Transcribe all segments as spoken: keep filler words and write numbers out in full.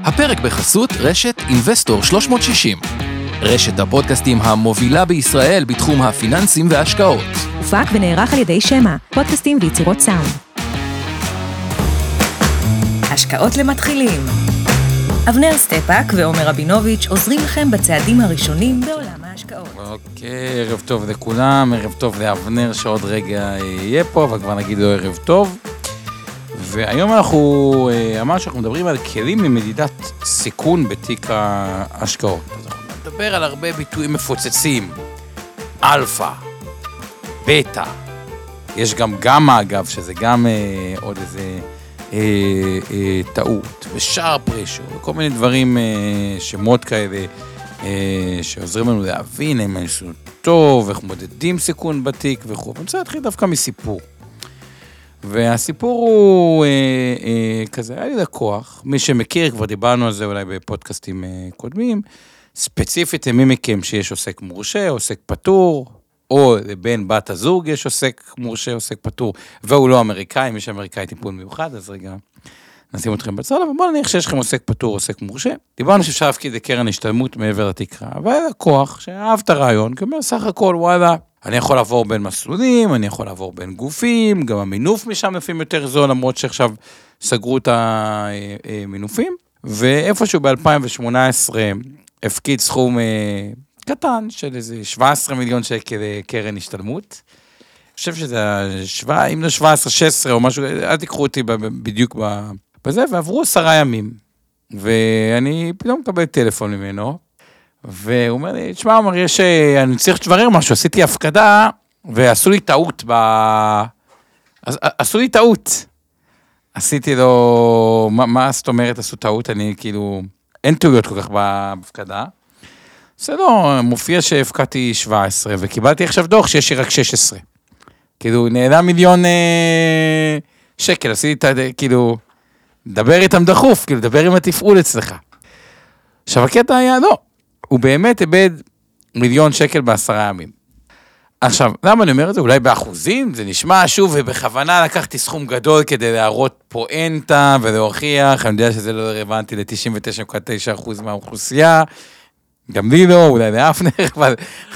הפרק בחסות רשת אינבסטור שלוש מאות שישים. רשת הפודקאסטים המובילה בישראל בתחום הפיננסים וההשקעות. הופק ונערך על ידי שמה, פודקאסטים ויצירות סאונד. השקעות למתחילים. אבנר סטפאק ועומר רבינוביץ' עוזרים לכם בצעדים הראשונים בעולם ההשקעות. אוקיי, ערב טוב לכולם, ערב טוב לאבנר שעוד רגע יהיה פה, אבל כבר נגיד לו ערב טוב. והיום אנחנו, אמר שאנחנו מדברים על כלים ממדידת סיכון בתיק ההשקעות. אז אנחנו נדבר על הרבה ביטויים מפוצצים. אלפא, בטא, יש גם גמא אגב, שזה גם אה, עוד איזה אה, אה, טעות, ושארפ רשיו, וכל מיני דברים, אה, שמות כאלה, אה, שעוזרים לנו להבין אם משהו טוב, איך מודדים סיכון בתיק וכו'. אני רוצה להתחיל דווקא מסיפור. והסיפור הוא אה, אה, כזה, היה לי לקוח, מי שמכיר, כבר דיברנו על זה אולי בפודקאסטים אה, קודמים, ספציפית מי מכם שיש עוסק מורשה, עוסק פטור, או לבן בת הזוג יש עוסק מורשה, עוסק פטור, והוא לא אמריקאי, מי שאמריקאי טיפול מיוחד, אז רגע נשים אתכם בצד, אבל בואו נניח שיש לכם עוסק פטור, עוסק מורשה, דיברנו שאפשר להפקיד לקרן השתלמות מעבר לתקרה, והיה לקוח שאהב את הרעיון, כי אומר סך הכל, וואלה, אני יכול לעבור בין מסלולים, אני יכול לעבור בין גופים, גם המינוף משם לפעמים יותר זול, למרות שעכשיו סגרו את המינופים, ואיפשהו ב-אלפיים שמונה עשרה הפקיד סכום קטן של איזה שבע עשרה מיליון שקל קרן השתלמות. אני חושב שזה שבע, אם לא שבע עשרה, שש עשרה או משהו, אל תיקחו אותי בדיוק בזה, ועברו עשרה ימים, ואני פתאום מקבל טלפון ממנו, והוא אומר לי, תשמע, אומר, יש, אני צריך שתברר משהו, עשיתי הפקדה, ועשו לי טעות ב... עשו לי טעות. עשיתי לו, מה, מה זאת אומרת עשו טעות? אני כאילו, אין טעויות כל כך בהפקדה. זה לא, מופיע שהפקדתי שבע עשרה, וקיבלתי עכשיו דוח שיש לי רק שש עשרה. כאילו, נעלה מיליון אה, שקל, עשיתי, כאילו, דבר איתם דחוף, כאילו, דבר עם התפעול אצלך. עכשיו, הקטע היה, לא. הוא באמת איבד מיליון שקל בעשרה ימים. עכשיו, למה אני אומר את זה? אולי באחוזים? זה נשמע שוב, ובכוונה לקחתי סכום גדול כדי להראות פואנטה ולהוכיח, אני יודע שזה לא רלוונטי ל-תשעים ותשע נקודה תשע אחוז מהאוכלוסייה, גם לי לא, אולי לאפנר, אבל,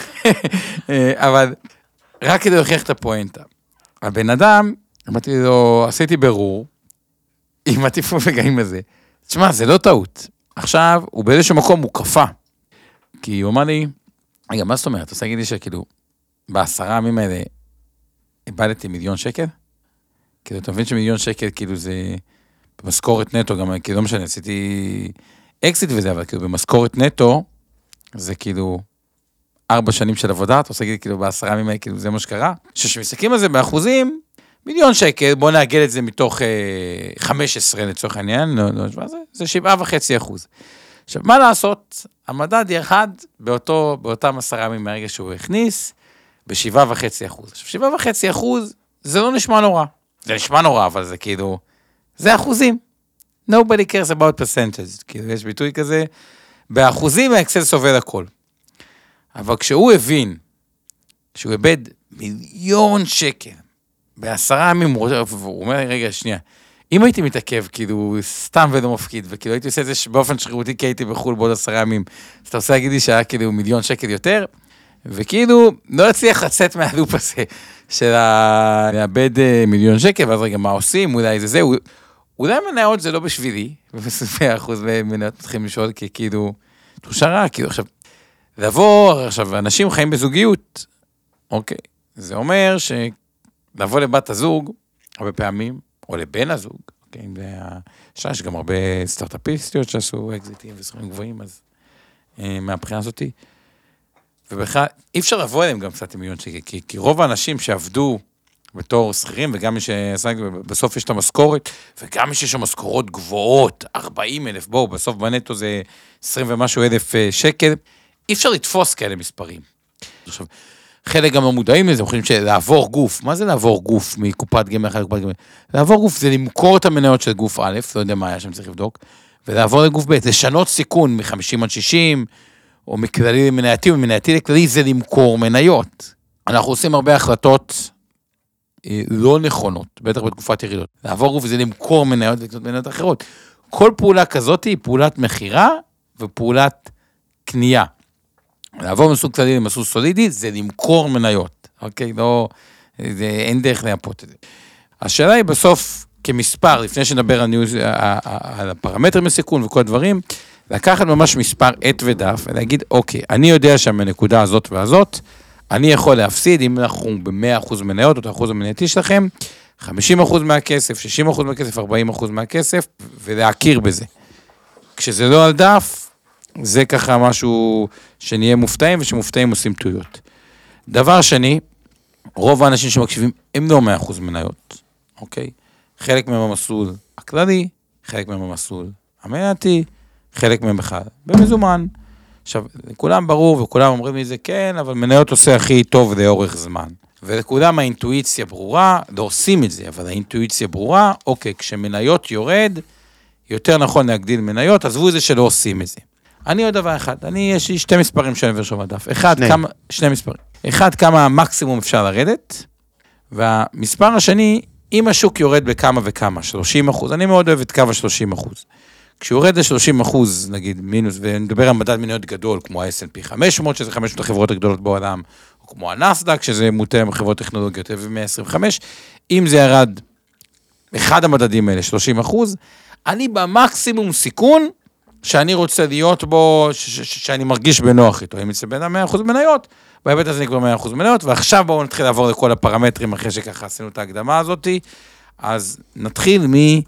אבל רק כדי להוכיח את הפואנטה. הבן אדם, אמרתי לו, עשיתי ברור, עם הטיפול וגעים הזה, תשמע, זה לא טעות. עכשיו, הוא באיזשהו מקום, הוא קפה. כי הוא אמר לי, רגע, מה זאת אומרת? אתה עושה להגיד לי שכאילו, בעשרה ימים האלה, איבדתי מיליון שקל? כאילו, אתה מבין שמיליון שקל, כאילו, זה במשכורת נטו, גם, כאילו, לא משנה, עשיתי אקסיט וזה, אבל כאילו, במשכורת נטו, זה כאילו, ארבע שנים של עבודה, אתה עושה להגיד, כאילו, בעשרה ימים האלה, כאילו, זה מה שקרה. ששמסתכלים על זה באחוזים, מיליון שקל, בוא נעגל את זה מתוך אה, חמש עשרה לצורך העניין, לא, לא, זה, זה שבעה וחצי אחוז. עכשיו, מה לעשות? המדד ירד באותו, באותם עשרה ימים מהרגע שהוא הכניס, בשבעה וחצי אחוז. עכשיו, שבעה וחצי אחוז, זה לא נשמע נורא. זה נשמע נורא, אבל זה כאילו, זה אחוזים. Nobody cares about percentage. כאילו, יש ביטוי כזה, באחוזים האקסל סובל הכל. אבל כשהוא הבין, שהוא איבד מיליון שקל, בעשרה ימים, הוא אומר, רגע, שנייה, אם הייתי מתעכב, כאילו, סתם ולא מפקיד, וכאילו הייתי עושה את זה באופן שרירותי, כי הייתי בחול בעוד עשרה ימים, אז אתה עושה להגיד לי שהיה כאילו מיליון שקל יותר, וכאילו, לא הצליח לצאת מהלופ הזה, של לאבד מיליון שקל, ואז רגע, מה עושים? אולי זה זה, אולי מניות זה לא בשבילי, ובסופי אחוז מניות מתחילים לשאול, כי כאילו, תחושה רעה, כאילו, עכשיו, לבוא, עכשיו, אנשים חיים בזוגיות, אוקיי, זה אומר שלבוא לבת הזוג, הרבה פעמים, או לבן הזוג, אוקיי, יש גם הרבה סטארט-אפיסטיות שעשו אקזיטים וסכומים גבוהים, אז מהבחינה הזאת, ובכלל, אי אפשר לבוא אליהם גם קצת עם מיליון שקל, כי, כי רוב האנשים שעבדו בתור שכירים, וגם מי שעשה, בסוף יש את המשכורת, וגם מי שיש משכורות גבוהות, ארבעים אלף, בואו, בסוף בנטו זה עשרים ומשהו אלף שקל, אי אפשר לתפוס כאלה מספרים. עכשיו, חלק גם המודעים לזה, חושבים שלעבור גוף, מה זה לעבור גוף מקופת גמל אחת לקופת גמל? לעבור גוף זה למכור את המניות של גוף א', לא יודע מה היה שם צריך לבדוק, ולעבור לגוף ב', לשנות סיכון מ-חמישים עד שישים, או מכללי למנייתי, ומנייתי לכללי זה למכור מניות. אנחנו עושים הרבה החלטות לא נכונות, בטח בתקופת ירידות. לעבור גוף זה למכור מניות ולקנות מניות אחרות. כל פעולה כזאת היא פעולת מחירה ופעולת קנייה. לעבור מסוג צדדי למסוג סולידי, זה למכור מניות, אוקיי? לא, זה, אין דרך להפות את זה. השאלה היא בסוף, כמספר, לפני שנדבר על, ניוז, על הפרמטרים לסיכון וכל הדברים, לקחת ממש מספר עת ודף, ולהגיד, אוקיי, אני יודע שמנקודה הזאת והזאת, אני יכול להפסיד, אם אנחנו ב-מאה אחוז מניות, או את האחוז המנייתי שלכם, חמישים אחוז מהכסף, שישים אחוז מהכסף, ארבעים אחוז מהכסף, ולהכיר בזה. כשזה לא על דף, זה ככה משהו שנהיה מופתעים, ושמופתעים עושים טעויות. דבר שני, רוב האנשים שמקשיבים, הם לא מאה אחוז מניות, אוקיי? חלק מהם המסלול הכללי, חלק מהם המסלול המנייתי, חלק מהם בכלל במזומן. עכשיו, לכולם ברור, וכולם אומרים לי זה כן, אבל מניות עושה הכי טוב לאורך זמן. ולכולם האינטואיציה ברורה, לא עושים את זה, אבל האינטואיציה ברורה, אוקיי, כשמניות יורד, יותר נכון להגדיל מניות, עזבו את זה שלא עושים את זה. אני עוד דבר אחד, אני, יש לי שתי מספרים שאני עובר שם בדף. אחד, שני. כמה, שני מספרים. אחד, כמה מקסימום אפשר לרדת, והמספר השני, אם השוק יורד בכמה וכמה, שלושים אחוז, אני מאוד אוהב את קו ה-שלושים אחוז. כשהוא יורד ל-שלושים אחוז, נגיד, מינוס, ונדבר על מדד מניות גדול, כמו ה-אס אנד פי חמש מאות, שזה חמש מאות החברות הגדולות בעולם, או כמו הנאסד"ק, שזה מוטה מחברות טכנולוגיות, ו-מאה עשרים וחמש, אם זה ירד, אחד המדדים האלה, שלושים אחוז, אני במקסימום סיכון, שאני רוצה להיות בו, ש- ש- שאני מרגיש בנוח איתו, אם יצא בין מאה אחוז מניות, בהיבט הזה נקבע מאה אחוז מניות, ועכשיו בואו נתחיל לעבור לכל הפרמטרים, אחרי שככה עשינו את ההקדמה הזאת, אז נתחיל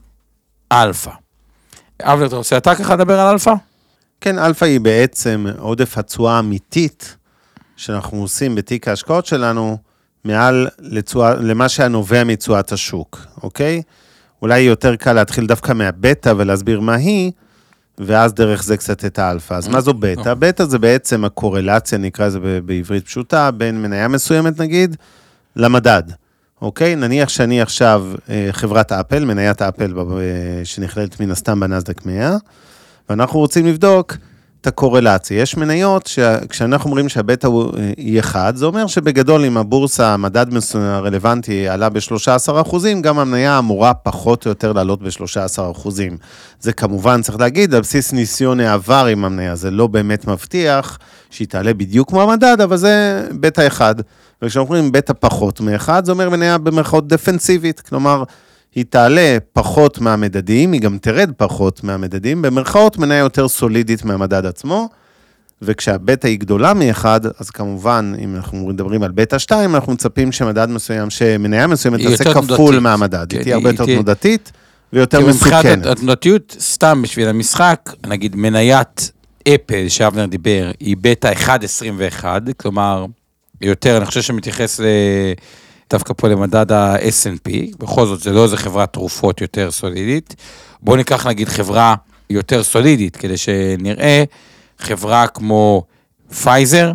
מאלפא. אבנר, אתה רוצה אתה ככה לדבר על אלפא? כן, אלפא היא בעצם עודף התשואה אמיתית, שאנחנו עושים בתיק ההשקעות שלנו, מעל לתשואה, למה שהנובע מתשואת השוק, אוקיי? אולי יותר קל להתחיל דווקא מהבטא ולהסביר מה היא, ואז דרך זה קצת את האלפא. אז מה זו בטא? בטא זה בעצם הקורלציה, נקרא זה בעברית פשוטה, בין מניה מסוימת נגיד, למדד. אוקיי? נניח שאני עכשיו חברת אפל, מניית אפל שנכללת מן הסתם בנסדק מאה, ואנחנו רוצים לבדוק את הקורלציה. יש מניות שכשאנחנו אומרים שהבטא היא אחד, זה אומר שבגדול אם הבורסה, המדד הרלוונטי עלה ב-שלושה עשר אחוזים, גם המניה אמורה פחות או יותר לעלות ב-שלושה עשר אחוזים. זה כמובן צריך להגיד, על בסיס ניסיון העבר עם המניה, זה לא באמת מבטיח שהיא תעלה בדיוק כמו המדד, אבל זה בטא אחד. וכשאנחנו אומרים בטא פחות מאחד, זה אומר מניה במרכאות דפנסיבית, כלומר, היא תעלה פחות מהמדדים, היא גם תרד פחות מהמדדים, במרכאות מניה יותר סולידית מהמדד עצמו, וכשהבטא היא גדולה מאחד, אז כמובן, אם אנחנו מדברים על בטא שתיים, אנחנו מצפים שמדד מסוים, שמניה מסוימת תעשה כפול מהמדד, היא תהיה הרבה יותר תנודתית, ויותר מסוכנת. התנודתיות, סתם בשביל המשחק, נגיד מניית אפל, שאבנר דיבר, היא בטא אחד נקודה עשרים ואחת, כלומר, יותר, אני חושב שמתייחס דווקא פה למדד ה-אס אנד פי, בכל זאת זה לא איזה חברת תרופות יותר סולידית, בואו ניקח נגיד חברה יותר סולידית, כדי שנראה חברה כמו פייזר,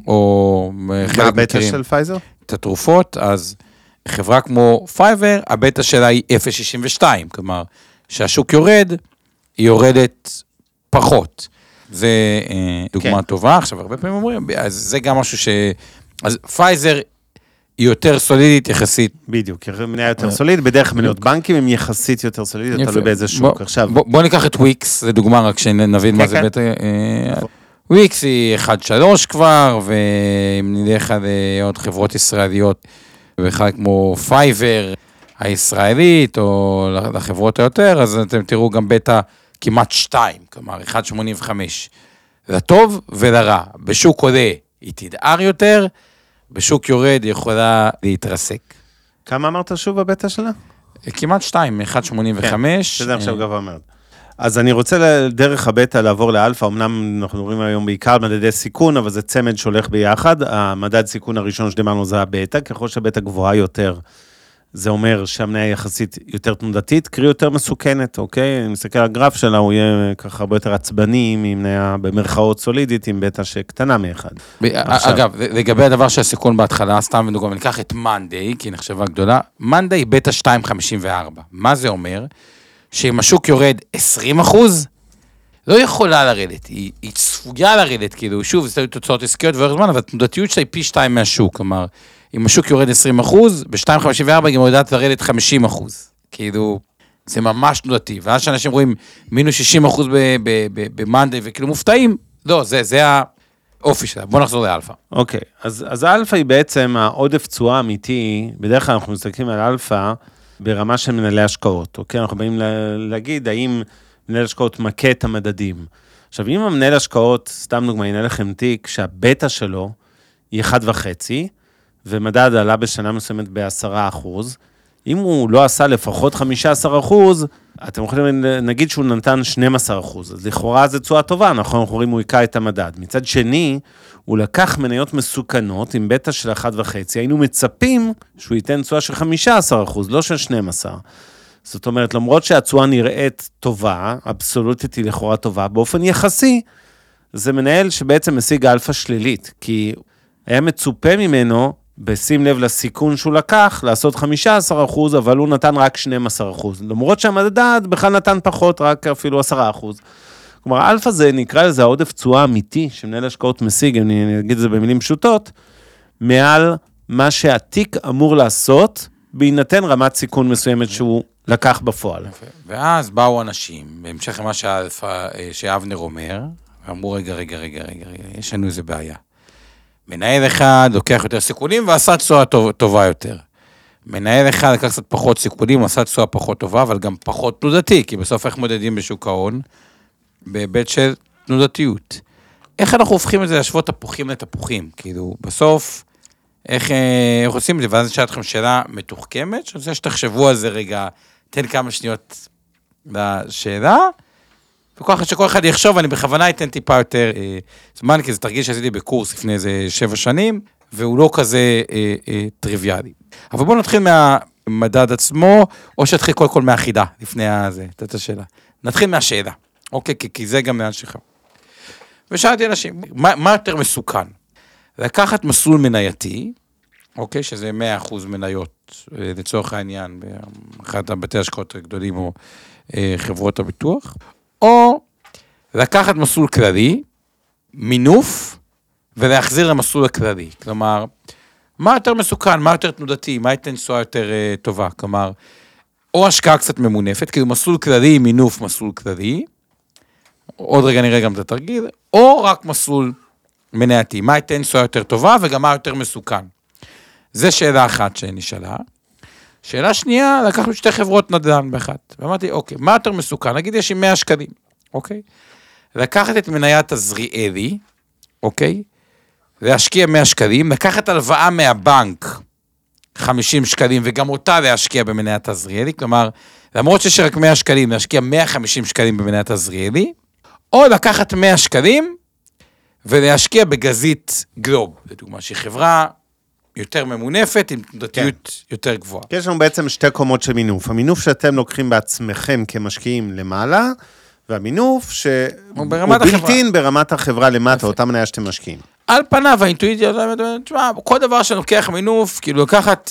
או מה הבטא של פייזר? את התרופות, אז חברה כמו פייזר, הבטא שלה היא אפס נקודה שישים ושתיים, כלומר, שהשוק יורד, היא יורדת פחות. זה דוגמה טובה, עכשיו הרבה פעמים אומרים, אז זה גם משהו ש... אז פייזר היא יותר סולידית יחסית. בדיוק, מניה יותר סולידית, בדרך מניות בנקים הם יחסית יותר סולידית, תלוי באיזה שוק. עכשיו... בוא ניקח את וויקס, זה דוגמה רק שנבין מה זה בטח. וויקס היא אחד נקודה שלוש כבר, ואם נלך על עוד חברות ישראליות, בכלל כמו פייבר הישראלית, או לחברות היותר, אז אתם תראו גם בטא כמעט שתיים, כלומר אחד נקודה שמונים וחמש. לטוב ולרע. בשוק עולה היא תדער יותר, בשוק יורד היא יכולה להתרסק. כמה אמרת שוב בבטא שלה? כמעט שתיים, אחד נקודה שמונים וחמש. כן, זה עכשיו גבוה מאוד. אז אני רוצה דרך הבטא לעבור לאלפא, אמנם אנחנו מדברים היום בעיקר מדדי סיכון, אבל זה צמד שהולך ביחד. המדד סיכון הראשון שדיברנו זה הבטא, ככל שהבטא גבוהה יותר, זה אומר שהמניה יחסית יותר תנודתית, קרי יותר מסוכנת, אוקיי? אני מסתכל על הגרף שלה, הוא יהיה ככה הרבה יותר עצבני, עם מניה במרכאות סולידית, עם בטא שקטנה מאחד. אגב, לגבי הדבר שהסיכון בהתחלה, סתם ונוגם, ניקח את מנדי, כי היא נחשבה גדולה, מנדי היא בטא שתיים נקודה חמישים וארבע. מה זה אומר? שאם השוק יורד עשרים אחוז, לא יכולה לרדת, היא, היא צפויה לרדת, כאילו, שוב, זה תוצאות עסקיות וערך זמן, אבל התנודתיות שלה היא פי שתיים מהשוק, כלומר, אם השוק יורד עשרים אחוז, ב-שתיים נקודה חמישים וארבע היא גם יודעת לרדת חמישים אחוז. כאילו, זה ממש תנודתי, ואז שאנשים רואים מינוס שישים אחוז במאנדי, וכאילו מופתעים, לא, זה, זה האופי שלה. בוא נחזור לאלפא. אוקיי, אז, אז האלפא היא בעצם העודף תשואה האמיתי, בדרך כלל אנחנו מסתכלים על אלפא ברמה של מנהלי השקעות, אוקיי? אנחנו באים להגיד, האם מנהל השקעות מכה את המדדים. עכשיו, אם המנהל השקעות, סתם דוגמא, הנה לכם תיק, שהבטא שלו היא אחד וחצי, ומדד עלה בשנה מסוימת בעשרה אחוז, אם הוא לא עשה לפחות חמישה עשר אחוז, אתם יכולים נגיד שהוא נתן שנים עשר אחוז, אז לכאורה זה תשואה טובה, נכון, אנחנו רואים הוא היקע את המדד. מצד שני, הוא לקח מניות מסוכנות עם בטא של אחד וחצי, היינו מצפים שהוא ייתן תשואה של חמישה עשר אחוז, לא של שנים עשר. זאת אומרת, למרות שהתשואה נראית טובה, אבסולוטית היא לכאורה טובה, באופן יחסי, זה מנהל שבעצם משיג אלפא שלילית, כי היה מצופה ממנו, בשים לב לסיכון שהוא לקח, לעשות חמישה עשר אחוז, אבל הוא נתן רק שנים עשר אחוז. למרות שהמדד בכלל נתן פחות, רק אפילו עשרה אחוז. כלומר, אלפא זה נקרא לזה העודף תשואה אמיתי, שמנהל השקעות משיג, אני אגיד את זה במילים פשוטות, מעל מה שהתיק אמור לעשות, בהינתן רמת סיכון מסוימת שהוא לקח בפועל. ואז באו אנשים, בהמשך למה שהאלפא, שאבנר אומר, ואמרו, רגע, רגע, רגע, רגע, יש לנו איזה בעיה. מנהל אחד לוקח יותר סיכונים, ועשה תשואה טוב, טובה יותר. מנהל אחד לקח קצת פחות סיכונים, עשה תשואה פחות טובה, אבל גם פחות תנודתי, כי בסוף איך מודדים בשוק ההון, בהיבט של תנודתיות. איך אנחנו הופכים את זה להשוות תפוחים לתפוחים? כאילו, בסוף, איך, איך עושים את זה? ואז אני אשאל אתכם שאלה מתוחכמת, שאני רוצה שתחשבו על זה רגע, תן כמה שניות לשאלה, וכוח שכל אחד יחשוב, אני בכוונה אתן טיפה יותר אה, זמן, כי זה תרגיל שעשיתי בקורס לפני איזה שבע שנים, והוא לא כזה אה, אה, טריוויאלי. אבל בואו נתחיל מהמדד עצמו, או שנתחיל קודם כל מהחידה, לפני הזה, את השאלה. נתחיל מהשאלה, אוקיי, כי, כי זה גם לאן שלך. ושאלתי אנשים, מה, מה יותר מסוכן? לקחת מסלול מנייתי, אוקיי, שזה מאה אחוז מניות, אה, לצורך העניין, באחד הבתי השקעות הגדולים, או אה, חברות הביטוח, או לקחת מסלול כללי, מינוף, ולהחזיר למסלול הכללי. כלומר, מה יותר מסוכן, מה יותר תנודתי, מה ייתן תשואה יותר uh, טובה? כלומר, או השקעה קצת ממונפת, כאילו מסלול כללי, מינוף, מסלול כללי, עוד רגע נראה גם את התרגיל, או רק מסלול מנייתי, מה ייתן תשואה יותר טובה, וגם מה יותר מסוכן. זו שאלה אחת שנשאלה. שאלה שנייה, לקחנו שתי חברות נדל"ן באחת, ואמרתי, אוקיי, מה יותר מסוכן? נגיד יש עם מאה שקלים, אוקיי? לקחת את מניית עזריאלי, אוקיי? להשקיע מאה שקלים, לקחת הלוואה מהבנק, חמישים שקלים, וגם אותה להשקיע במניית עזריאלי, כלומר, למרות שיש רק מאה שקלים, להשקיע מאה וחמישים שקלים במניית עזריאלי, או לקחת מאה שקלים, ולהשקיע בגזית גלוב, לדוגמה, שהיא חברה יותר ממונפת, עם תנודתיות כן. יותר גבוהה. יש לנו בעצם שתי קומות של מינוף. המינוף שאתם לוקחים בעצמכם כמשקיעים למעלה, והמינוף שהוא בלתין ברמת החברה למטה, אותה מניה שאתם משקיעים. על פניו, האינטואיציה, תשמע, כל דבר שלוקח מינוף, כאילו לקחת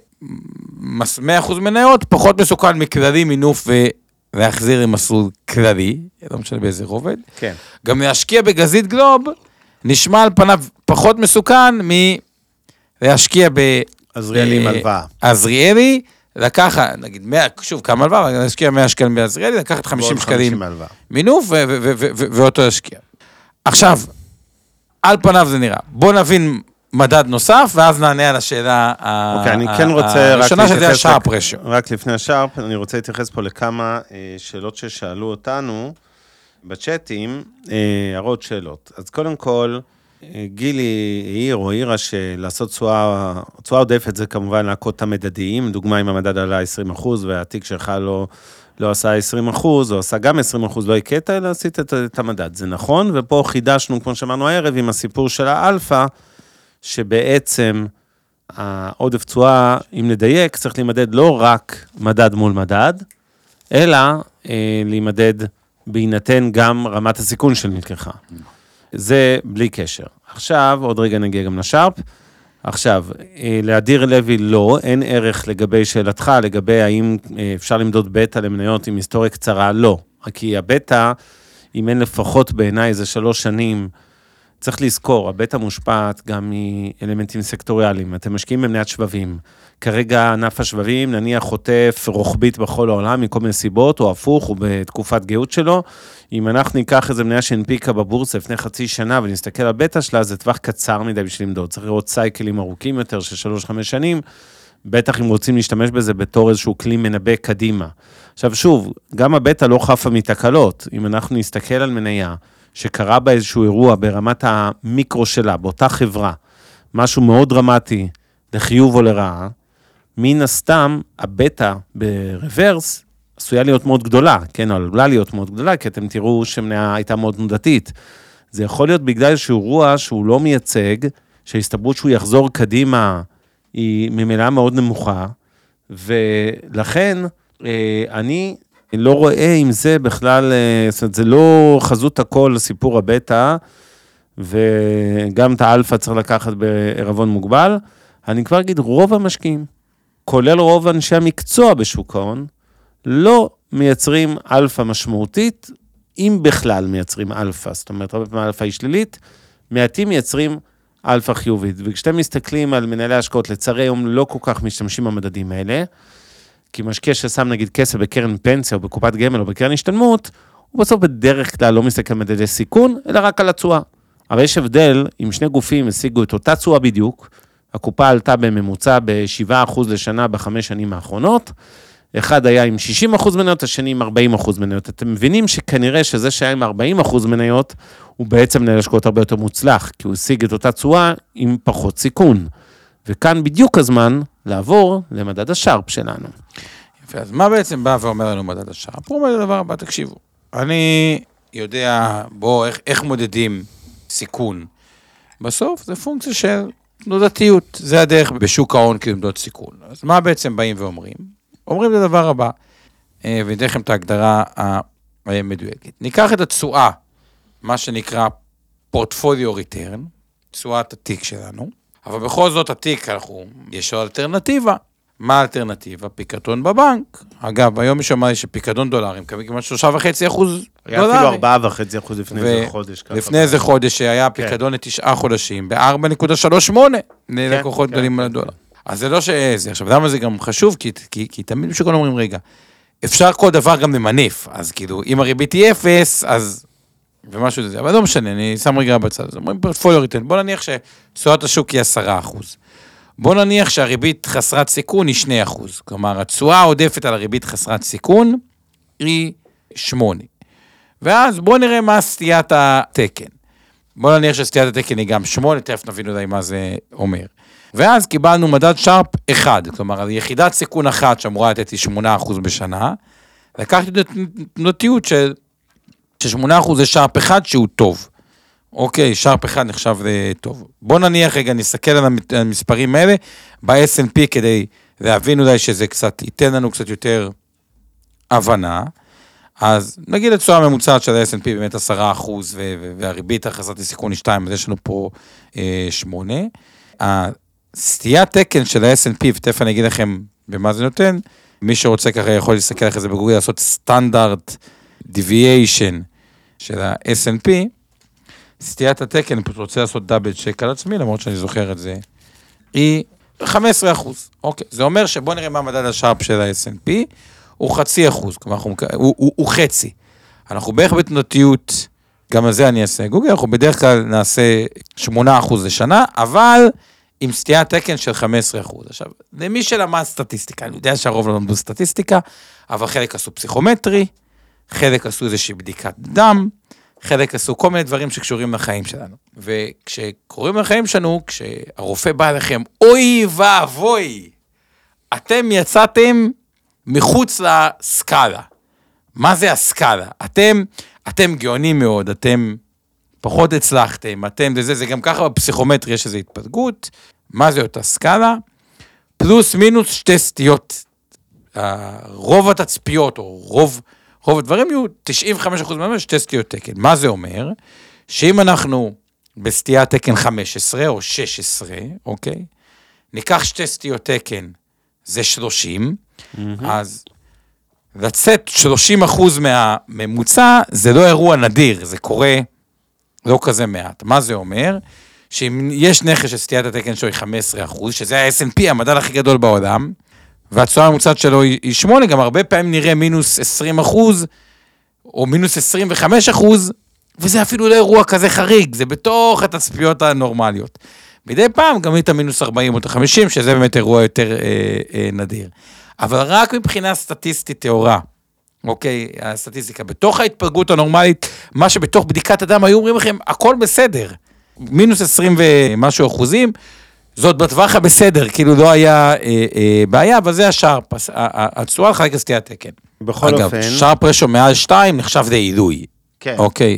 מאה אחוז מניות, פחות מסוכן מכללי מינוף ולהחזיר למסלול כללי, לא משנה באיזה רובד. כן. גם להשקיע בגזית גלוב, נשמע על פניו פחות מסוכן מלהשקיע ב... עזריאלי עם הלוואה. עזריאלי, לקחת, נגיד, שוב, כמה הלוואה, להשקיע מאה שקלים בעזריאלי, לקחת חמישים שקלים מינוף ואותו להשקיע. עכשיו, על פניו זה נראה. בוא נבין מדד נוסף, ואז נענה על השאלה הראשונה, שזה השארפ רשיו. רק לפני השארפ, אני רוצה להתייחס פה לכמה שאלות ששאלו אותנו בצ'אטים, הערות שאלות. אז קודם כל, גילי העיר או העירה שלעשות תשואה עודפת זה כמובן להכות את המדדים, דוגמה אם המדד עלה עשרים אחוז והתיק שלך לא, לא עשה עשרים אחוז או עשה גם עשרים אחוז, לא הקטע, אלא עשית את, את המדד. זה נכון, ופה חידשנו, כמו שאמרנו הערב, עם הסיפור של האלפא, שבעצם העודף תשואה, אם נדייק, צריך להימדד לא רק מדד מול מדד, אלא אה, להימדד בהינתן גם רמת הסיכון של נלקחה. זה בלי קשר. עכשיו, עוד רגע נגיע גם לשארפ. עכשיו, לאדיר לוי לא, אין ערך לגבי שאלתך, לגבי האם אפשר למדוד בטא למניות עם היסטוריה קצרה, לא. כי הבטא, אם אין לפחות בעיניי איזה שלוש שנים צריך לזכור, הבטא מושפעת גם מאלמנטים סקטוריאליים, אתם משקיעים במניעת שבבים, כרגע ענף השבבים נניח חוטף רוחבית בכל העולם מכל מיני סיבות, או הפוך, או בתקופת גאות שלו, אם אנחנו ניקח איזה מניה שהנפיקה בבורסה לפני חצי שנה, ונסתכל על בטא שלה, זה טווח קצר מדי בשביל למדוד, צריך לראות סייקלים ארוכים יותר של שלוש חמש שנים, בטח אם רוצים להשתמש בזה בתור איזשהו כלי מנבא קדימה. עכשיו שוב, גם הבטא לא חפה מתקלות, אם אנחנו נסתכל על מניה, שקרה בה איזשהו אירוע ברמת המיקרו שלה, באותה חברה, משהו מאוד דרמטי, לחיוב או לרעה, מן הסתם, הבטא ברוורס, עשויה להיות מאוד גדולה, כן, או עלולה להיות מאוד גדולה, כי אתם תראו שמניה הייתה מאוד תנודתית. זה יכול להיות בגלל איזשהו אירוע שהוא לא מייצג, שההסתברות שהוא יחזור קדימה, היא ממילא מאוד נמוכה, ולכן אני לא רואה אם זה בכלל, זאת אומרת, זה לא חזות הכל סיפור הבטא, וגם את האלפא צריך לקחת בערבון מוגבל, אני כבר אגיד, רוב המשקיעים, כולל רוב אנשי המקצוע בשוק ההון, לא מייצרים אלפא משמעותית, אם בכלל מייצרים אלפא, זאת אומרת, הרבה פעמים אלפא היא שלילית, מעטים מייצרים אלפא חיובית, וכשאתם מסתכלים על מנהלי השקעות, לצערי היום לא כל כך משתמשים במדדים האלה, כי משקיע ששם נגיד כסף בקרן פנסיה, או בקופת גמל, או בקרן השתלמות, הוא בסוף בדרך כלל לא מסתכל על מדדי סיכון, אלא רק על התשואה. אבל יש הבדל, אם שני גופים השיגו את אותה תשואה בדיוק, הקופה עלתה בממוצע ב-שבעה אחוז לשנה בחמש שנים האחרונות, אחד היה עם שישים אחוז מניות, השני עם ארבעים אחוז מניות. אתם מבינים שכנראה שזה שהיה עם ארבעים אחוז מניות, הוא בעצם מנהל השקעות הרבה יותר מוצלח, כי הוא השיג את אותה תשואה עם פחות סיכון. וכאן בדיוק הזמן לעבור למדד השרפ שלנו. יפה, אז מה בעצם בא ואומר לנו מדד השרפ? הוא אומר לדבר הבא, תקשיבו. אני יודע, בוא, איך, איך מודדים סיכון? בסוף זה פונקציה של תנודתיות, זה הדרך בשוק ההון כעמדות סיכון. אז מה בעצם באים ואומרים? אומרים את הדבר הבא, וניתן לכם את ההגדרה המדויקת. ניקח את התשואה, מה שנקרא פורטפוליו ריטרן, תשואת התיק שלנו, אבל בכל זאת התיק, אנחנו, יש אלטרנטיבה. מה האלטרנטיבה? פיקדון בבנק. אגב, היום יש אמר שפיקדון דולרים, כמעט שלושה וחצי אחוז דולרים. היה אפילו ארבעה וחצי אחוז לפני איזה חודש. לפני איזה חודש שהיה פיקדון לתשעה חודשים, ב-ארבע נקודה שלושים ושמונה ללקוחות גדולים על הדולר. אז זה לא שזה, עכשיו, למה זה גם חשוב? כי, כי, כי תמיד שכל אומרים, רגע, אפשר כל דבר גם למניף, אז כאילו, אם הריבית היא אפס, אז, ומשהו זה, אבל לא משנה, אני שם רגע בצד, אז אומרים פורטפוליו ריטרן, בוא נניח שתשואת השוק היא עשרה אחוז, בוא נניח שהריבית חסרת סיכון היא שני אחוז, כלומר, התשואה העודפת על הריבית חסרת סיכון היא שמונה, ואז בוא נראה מה סטיית התקן, בוא נניח שסטיית התקן היא גם שמונה, תכף נבין אולי מה זה אומר. ואז קיבלנו מדד שרפ אחד, כלומר, יחידת סיכון אחת שאמורה לתת לי שמונה אחוז בשנה, לקחתי את התנודתיות של שמונה אחוז זה שרפ אחד שהוא טוב. אוקיי, שרפ אחד נחשב טוב. בוא נניח רגע, נסתכל על המספרים האלה, ב-אס אנד פי כדי להבין אולי שזה קצת, ייתן לנו קצת יותר הבנה, אז נגיד התשואה הממוצעת של ה-אס אנד פי באמת עשרה אחוז, והריבית החסרת לסיכון היא שתיים, אז יש לנו פה שמונה. הסטיית תקן של ה-אס אנד פי, ותכף אני אגיד לכם במה זה נותן, מי שרוצה ככה יכול להסתכל אחרי זה בגוגל, לעשות סטנדרט deviation של ה-אס אנד פי, סטיית התקן, אני פשוט רוצה לעשות דאבל צ'ק על עצמי, למרות שאני זוכר את זה, היא חמישה עשר אחוז. אוקיי, זה אומר שבוא נראה מה מדד השרפ של ה-אס אנד פי, הוא חצי אחוז, כלומר, הוא, הוא, הוא, הוא חצי. אנחנו בערך בתנודתיות, גם על זה אני אעשה גוגל, אנחנו בדרך כלל נעשה שמונה אחוז לשנה, אבל עם סטיית תקן של חמישה עשר אחוז. עכשיו, למי שלמד סטטיסטיקה, אני יודע שהרוב לא למדו סטטיסטיקה, אבל חלק עשו פסיכומטרי, חלק עשו איזושהי בדיקת דם, חלק עשו כל מיני דברים שקשורים לחיים שלנו. וכשקוראים לחיים שלנו, כשהרופא בא אליכם, אוי ואבוי, אתם יצאתם מחוץ לסקאלה. מה זה הסקאלה? אתם, אתם גאונים מאוד, אתם פחות הצלחתם, אתם, זה, זה גם ככה בפסיכומטרי יש איזו התפלגות, מה זה אותה סקאלה? פלוס מינוס שתי סטיות, רוב התצפיות, או רוב, רוב הדברים יהיו תשעים וחמישה אחוז מהמש, שתי סטיות תקן. מה זה אומר? שאם אנחנו בסטיית תקן חמש עשרה או שש עשרה, אוקיי? ניקח שתי סטיות תקן, זה שלושים, mm-hmm. אז לצאת שלושים אחוז מהממוצע, זה לא אירוע נדיר, זה קורה לא כזה מעט. מה זה אומר? שאם יש נכס שסטיית התקן שלו היא חמישה עשר אחוז, שזה ה-אס אנד פי, המדד הכי גדול בעולם, והתשואה הממוצעת שלו היא שמונה, גם הרבה פעמים נראה מינוס עשרים אחוז, או מינוס עשרים וחמישה אחוז, וזה אפילו לא אירוע כזה חריג, זה בתוך התצפיות הנורמליות. מדי פעם גם את המינוס ארבעים או חמישים, שזה באמת אירוע יותר אה, אה, נדיר. אבל רק מבחינה סטטיסטית תיאורה, אוקיי, הסטטיסטיקה, בתוך ההתפלגות הנורמלית, מה שבתוך בדיקת אדם היו אומרים לכם, הכל בסדר. מינוס עשרים ומשהו אחוזים, זאת בטווח הבסדר, כאילו לא היה אה, אה, בעיה, אבל זה השארפ, התשואה לחלק לסטיית תקן. בכל אגב, אופן... אגב, שארפ רשו מעל שתיים נחשב די עילוי. כן. אוקיי.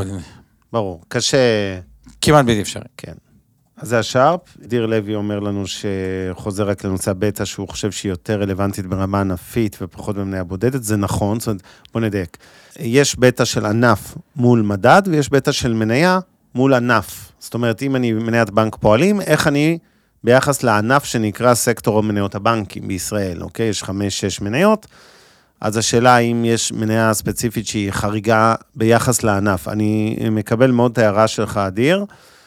ברור, קשה... כמעט בלתי אפשרי. כן. אז זה השארפ. דיר לוי אומר לנו שחוזר רק לנושא בטא, שהוא חושב שהיא יותר רלוונטית ברמה ענפית ופחות במניה בודדת. זה נכון, זאת אומרת, בוא נדייק. יש בטא של ענף מול מדד, ויש בטא של מניה מול ענף. זאת אומרת, אם אני מניית בנק פועלים, איך אני ביחס לענף שנקרא סקטור מניות הבנקים בישראל, אוקיי? יש חמש, שש מניות, אז השאלה האם יש מניה ספציפית שהיא חריגה ביחס לענף. אני מקבל מאוד את ההערה שלך, אדיר.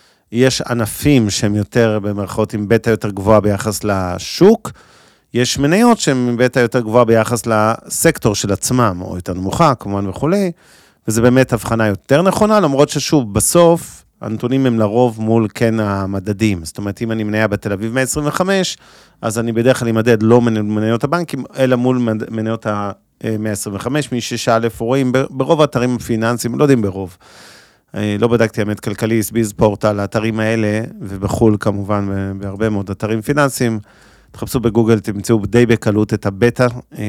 יש ענפים שהם יותר, במרכאות, עם בטא יותר גבוהה ביחס לשוק, יש מניות שהן עם בטא יותר גבוהה ביחס לסקטור של עצמם, או יותר נמוכה, כמובן וכולי, וזה באמת הבחנה יותר נכונה, למרות ששוב, בסוף, הנתונים הם לרוב מול כן המדדים. זאת אומרת, אם אני מניה בתל אביב מאה עשרים וחמש, אז אני בדרך כלל אמדד לא מניות הבנקים, אלא מול מניות ה-מאה עשרים וחמש, מי ששאל איפה רואים, ברוב האתרים הפיננסיים, לא יודעים ברוב. לא בדקתי האמת כלכליסט, ביז פורטל, האתרים האלה, ובחול כמובן, בהרבה מאוד אתרים פיננסיים, תחפשו בגוגל, תמצאו די בקלות את הבטא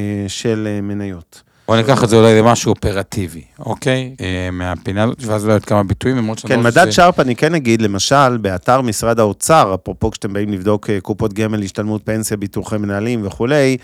של מניות. בוא ניקח את זה אולי למשהו אופרטיבי, אוקיי? מהפינה הזאת, ואז אולי עוד כמה ביטויים. כן, מדד שרפ, אני כן אגיד, למשל, באתר משרד האוצר, אפרופו כשאתם באים לבדוק קופות גמל, השתלמות פנסיה, ביטוחי מנהלים וכולי,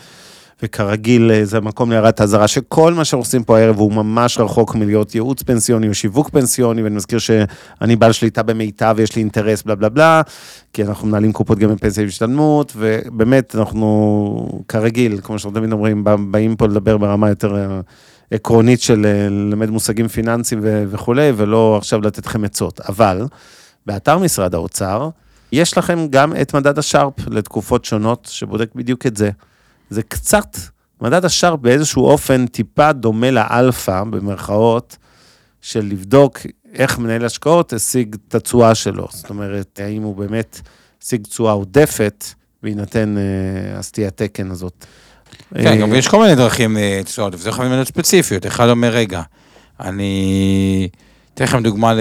וכרגיל זה מקום להערת האזהרה, שכל מה שעושים פה הערב הוא ממש רחוק מלהיות ייעוץ פנסיוני או שיווק פנסיוני, ואני מזכיר שאני בעל שליטה במיטב ויש לי אינטרס בלה בלה בלה, כי אנחנו מנהלים קופות גמל פנסיה והשתלמות, ובאמת אנחנו כרגיל, כמו שאנחנו תמיד אומרים, באים פה לדבר ברמה יותר עקרונית של למד מושגים פיננסיים וכולי, ולא עכשיו לתת לכם עצות. אבל באתר משרד האוצר, יש לכם גם את מדד השרפ לתקופות שונות, שבודק בדיוק את זה. זה קצת, מדד השרפ באיזשהו אופן טיפה דומה לאלפא, במרכאות, של לבדוק איך מנהל השקעות השיג את התשואה שלו. זאת אומרת, האם הוא באמת השיג תשואה עודפת, וינתן אה, הסטיית תקן הזאת. כן, גם יש כל מיני דרכים תשואות, וזה יכול להיות ספציפיות. אחד אומר, רגע, אני... אתן לכם דוגמה ל...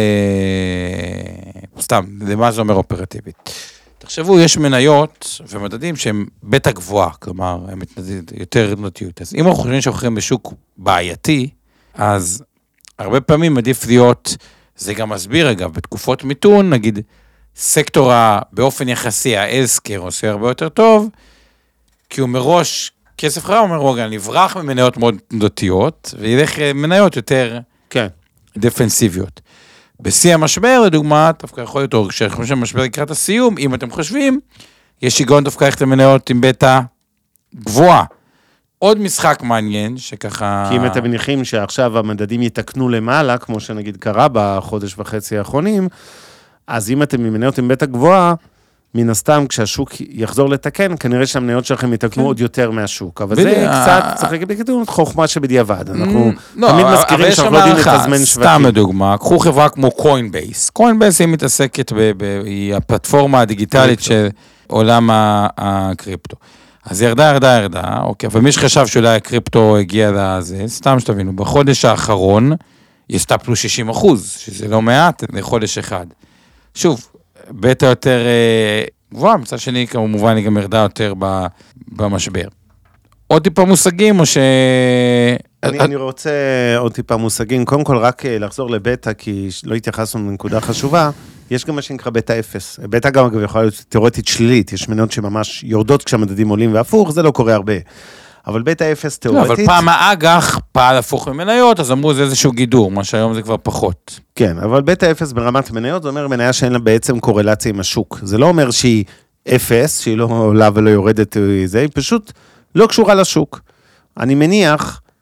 סתם, למה זה אומר אופרטיבית. תחשבו, יש מניות ומדדים שהם בטא גבוהה, כלומר, הם יותר תנודתיות. אז אם אנחנו חושבים שאנחנו בשוק בעייתי, אז הרבה פעמים עדיף להיות, זה גם מסביר, אגב, בתקופות מיתון, נגיד, סקטור באופן יחסי, האלסקר עושה הרבה יותר טוב, כי הוא מראש, כסף חרם, אומר, רגע, נברח ממניות מאוד תנודתיות, וילך מניות יותר כן. דפנסיביות. בשיא המשבר, לדוגמה, דווקא יכול להיות, או כשאנחנו חושבים שהמשבר לקראת הסיום, אם אתם חושבים, יש שיגעון דווקא איך אתם מניות עם בטא גבוהה. עוד משחק מעניין, שככה... כי אם אתם מניחים שעכשיו המדדים יתקנו למעלה, כמו שנגיד קרה בחודש וחצי האחרונים, אז אם אתם מניות עם בטא גבוהה, מן הסתם, כשהשוק יחזור לתקן, כנראה שהמניות שלכם יתקנו עוד יותר מהשוק. אבל זה קצת, צריך להגיד בכתוב, חוכמה שבדיעבד. אנחנו תמיד מזכירים שאנחנו לא יודעים לתזמן שווקים. סתם לדוגמה, קחו חברה כמו קוינבייס. קוינבייס היא מתעסקת, היא הפלטפורמה הדיגיטלית של עולם הקריפטו. אז ירדה, ירדה, ירדה, אוקיי, אבל מי שחשב שאולי הקריפטו הגיע לזה, סתם שתבינו, בחודש האחרון, היא עשתה פלוס שישים אחוז, שזה לא מעט לחודש אחד. שוב, בטא יותר גבוהה, מצד שני, כמובן, היא גם ירדה יותר במשבר. עוד טיפה מושגים, או ש... אני, אני רוצה עוד טיפה מושגים. קודם כל, רק לחזור לבטא, כי לא התייחסנו לנקודה חשובה. יש גם מה שנקרא בטא אפס. בטא גם, אגב, יכולה להיות תיאורטית שלילית. יש מניות שממש יורדות כשהמדדים עולים והפוך, זה לא קורה הרבה. אבל בטא אפס תיאורטית... לא, אבל פעם האג"ח פעל הפוך ממניות, אז אמרו, זה איזשהו גידור, מה שהיום זה כבר פחות. כן, אבל בטא אפס ברמת מניות, זה אומר מניה שאין לה בעצם קורלציה עם השוק. זה לא אומר שהיא אפס, שהיא לא עולה ולא יורדת זה, היא פשוט לא קשורה לשוק. אני מניח,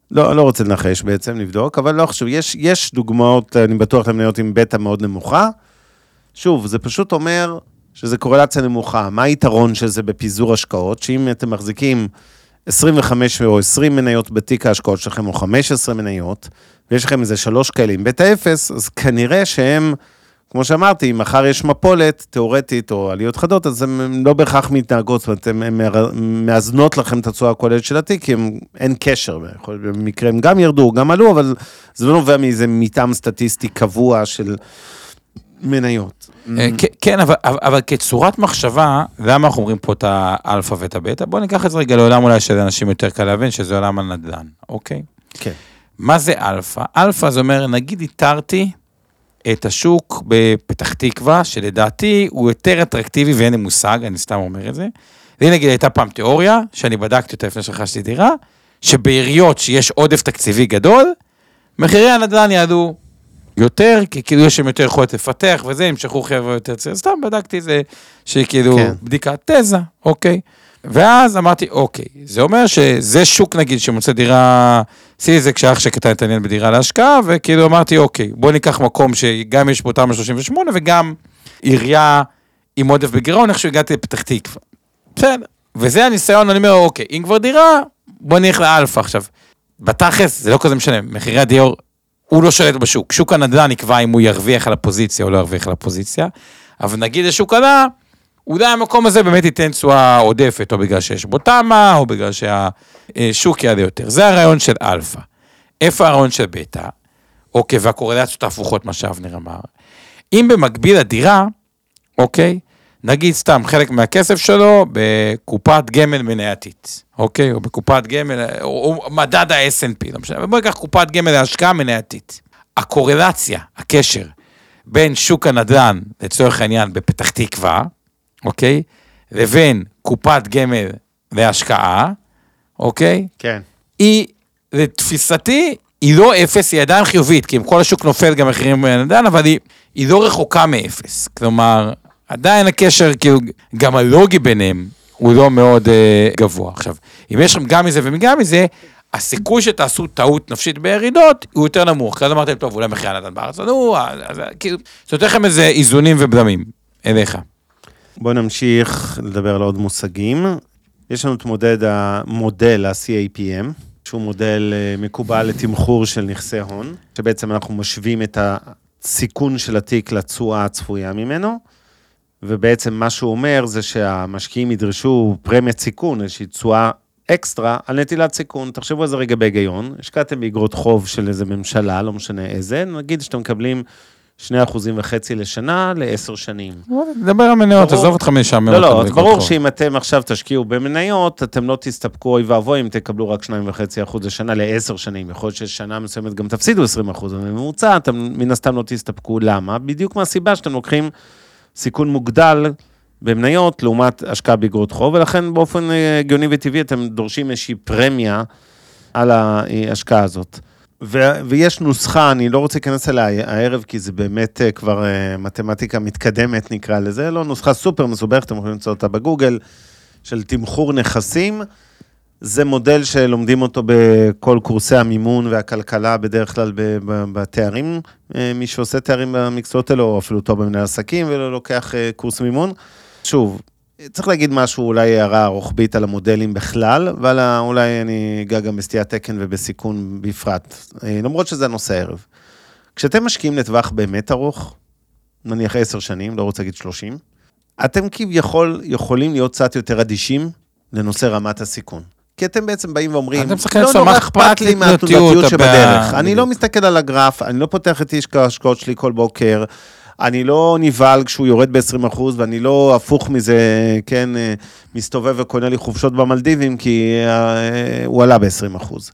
לא, לא רוצה לנחש בעצם, לבדוק, אבל לא חשוב, יש, יש דוגמאות, אני בטוח למניות עם בטא מאוד נמוכה. שוב, זה פשוט אומר שזה קורלציה נמוכה. מה היתרון של זה בפיזור השקעות? שאם אתם מחזיקים עשרים וחמש או עשרים מניות בתיק ההשקעות שלכם, או חמש עשרה מניות, ויש לכם איזה שלוש כאלה עם בטא אפס, אז כנראה שהם, כמו שאמרתי, אם מחר יש מפולת תיאורטית או עליות חדות, אז הן לא בהכרח מתנהגות, זאת אומרת, הן מאזנות לכם את התשואה הכוללת של התיק, כי הם, אין קשר, במקרה הם גם ירדו, גם עלו, אבל זה לא נובע מאיזה מטעם סטטיסטי קבוע של מניות. כן, אבל, אבל כצורת מחשבה, למה אנחנו אומרים פה את האלפא ואת הבטא? בואו ניקח את זה רגע לעולם אולי של אנשים יותר קל להבין, שזה עולם הנדל"ן, אוקיי? כן. מה זה אלפא? אלפא זה אומר, נגיד איתרתי את השוק בפתח תקווה, שלדעתי הוא יותר אטרקטיבי ואין לי מושג, אני סתם אומר את זה. והנה נגיד הייתה פעם תיאוריה, שאני בדקתי אותה לפני שרכשתי דירה, שבעיריות שיש עודף תקציבי גדול, מחירי הנדל"ן יעדו יותר, כי כאילו יש שם יותר יכולת לפתח וזה, המשכו חבר'ה יותר צעיר, סתם בדקתי זה, שכאילו כן. בדיקת תזה, אוקיי. ואז אמרתי, אוקיי, זה אומר שזה שוק נגיד שמוצא דירה, עשיתי זה כשאח שקטן התעניין בדירה להשקעה, וכאילו אמרתי, אוקיי, בוא ניקח מקום שגם יש בו תמ"א שלושים ושמונה, וגם עירייה עם עודף בגירעון, איך שהגעתי לפתח תקווה. בסדר, וזה הניסיון, אני אומר, אוקיי, אם כבר דירה, בוא נלך לאלפא עכשיו. בתכלס, זה לא כזה משנה, מחירי הדיור, הוא לא שולט בשוק. שוק הנדל"ן נקבע אם הוא ירוויח על הפוזיציה או לא ירוויח על הפוזיציה, אבל נגיד לשוק עלה, אולי המקום הזה באמת ייתן תשואה עודפת, או בגלל שיש בו תמ"א, או בגלל שהשוק יעלה יותר. זה הרעיון של אלפא. איפה הרעיון של בטא? אוקיי, והקורלציות ההפוכות, מה שאבנר אמר. אם במקביל הדירה, אוקיי, נגיד סתם חלק מהכסף שלו בקופת גמל מנייתית, אוקיי, או בקופת גמל, או, או מדד ה-אס אנד פי, לא משנה, ובואי ניקח קופת גמל להשקעה מנייתית. הקורלציה, הקשר, בין שוק הנדל"ן, לצורך העניין, בפתח תקווה, אוקיי, לבין קופת גמל להשקעה, אוקיי? כן. היא, לתפיסתי, היא לא אפס, היא עדיין חיובית, כי אם כל השוק נופל גם מחירים בנדל"ן, אבל היא, היא לא רחוקה מאפס. כלומר, עדיין הקשר, כאילו, גם הלוגי ביניהם, הוא לא מאוד uh, גבוה. עכשיו, אם יש לכם גם מזה וגם מזה, הסיכוי שתעשו טעות נפשית בירידות, הוא יותר נמוך. כי אז אמרתם, טוב, אולי מחירי הנדל"ן בארץ, נו, אז כאילו, זאת אומרת לכם איזה איזונים ובלמים, אליך. בואו נמשיך לדבר על עוד מושגים. יש לנו את מודד המודל ה-סי איי פי אם, שהוא מודל מקובל לתמחור של נכסי הון, שבעצם אנחנו משווים את הסיכון של התיק לתשואה הצפויה ממנו, ובעצם מה שהוא אומר זה שהמשקיעים ידרשו פרמיית סיכון, איזושהי תשואה אקסטרה על נטילת סיכון. תחשבו על זה רגע בהיגיון, השקעתם באגרות חוב של איזה ממשלה, לא משנה איזה, נגיד שאתם מקבלים שני אחוזים וחצי לשנה לעשר שנים. דבר על מניות, עזוב אותך משם. לא, לא, ברור שאם אתם עכשיו תשקיעו במניות, אתם לא תסתפקו אוי ואבוי אם תקבלו רק שניים וחצי אחוז לשנה לעשר שנים. יכול להיות ששנה מסוימת גם תפסידו עשרים אחוז, בממוצע אתם מן הסתם לא תסתפקו. למה? בדיוק מהסיבה שאתם לוקחים סיכון מוגדל במניות לעומת השקעה באגרות חוב, ולכן באופן הגיוני וטבעי אתם דורשים איזושהי פרמיה על ההשקעה הזאת. ו- ויש נוסחה, אני לא רוצה להיכנס אליה הערב, כי זה באמת כבר uh, מתמטיקה מתקדמת נקרא לזה, לא נוסחה סופר מסובכת, אתם יכולים למצוא אותה בגוגל, של תמחור נכסים, זה מודל שלומדים אותו בכל קורסי המימון והכלכלה, בדרך כלל בתארים, מי שעושה תארים במקצועות האלו, או אפילו טוב במנהל עסקים, ולא לוקח uh, קורס מימון. שוב, צריך להגיד משהו, אולי הערה רוחבית על המודלים בכלל, אבל אולי אני אגע גם בסטיית תקן ובסיכון בפרט, למרות שזה הנושא הערב. כשאתם משקיעים לטווח באמת ארוך, נניח עשר שנים, לא רוצה להגיד שלושים, אתם כביכול יכולים להיות קצת יותר אדישים לנושא רמת הסיכון. כי אתם בעצם באים ואומרים, לא נורא אכפת לי מהתנודתיות שבדרך. אני לא מסתכל על הגרף, אני לא פותח את איש ההשקעות שלי כל בוקר, אני לא נבהל כשהוא יורד ב-עשרים אחוז, ואני לא הפוך מזה, כן, מסתובב וקונה לי חופשות במלדיבים, כי הוא עלה ב-עשרים אחוז.